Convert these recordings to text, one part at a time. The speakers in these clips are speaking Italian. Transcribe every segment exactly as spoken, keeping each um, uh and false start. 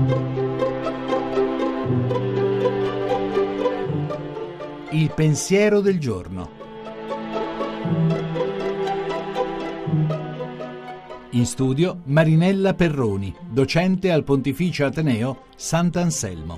Il pensiero del giorno. In studio Marinella Perroni, docente al Pontificio Ateneo Sant'Anselmo.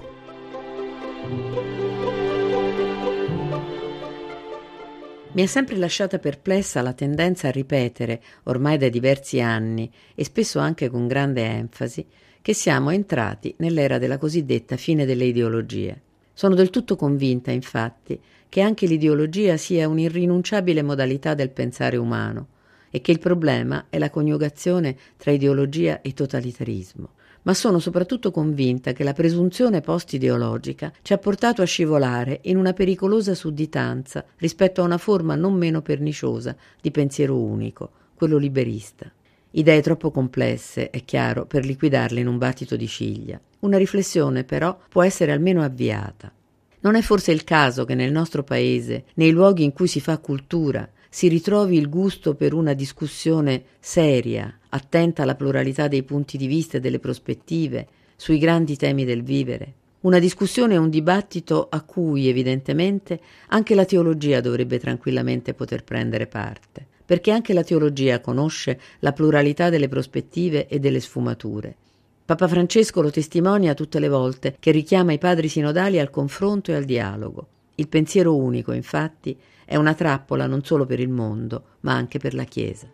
Mi ha sempre lasciata perplessa la tendenza a ripetere, ormai da diversi anni, e spesso anche con grande enfasi, che siamo entrati nell'era della cosiddetta fine delle ideologie. Sono del tutto convinta, infatti, che anche l'ideologia sia un'irrinunciabile modalità del pensare umano e che il problema è la coniugazione tra ideologia e totalitarismo. Ma sono soprattutto convinta che la presunzione post-ideologica ci ha portato a scivolare in una pericolosa sudditanza rispetto a una forma non meno perniciosa di pensiero unico, quello liberista. Idee troppo complesse, è chiaro, per liquidarle in un battito di ciglia. Una riflessione, però, può essere almeno avviata. Non è forse il caso che nel nostro paese, nei luoghi in cui si fa cultura, si ritrovi il gusto per una discussione seria, attenta alla pluralità dei punti di vista e delle prospettive, sui grandi temi del vivere? Una discussione e un dibattito a cui, evidentemente, anche la teologia dovrebbe tranquillamente poter prendere parte, perché anche la teologia conosce la pluralità delle prospettive e delle sfumature. Papa Francesco lo testimonia tutte le volte che richiama i padri sinodali al confronto e al dialogo. Il pensiero unico, infatti, è una trappola non solo per il mondo, ma anche per la Chiesa.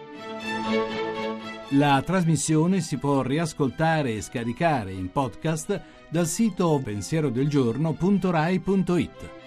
La trasmissione si può riascoltare e scaricare in podcast dal sito pensierodelgiorno punto rai punto it.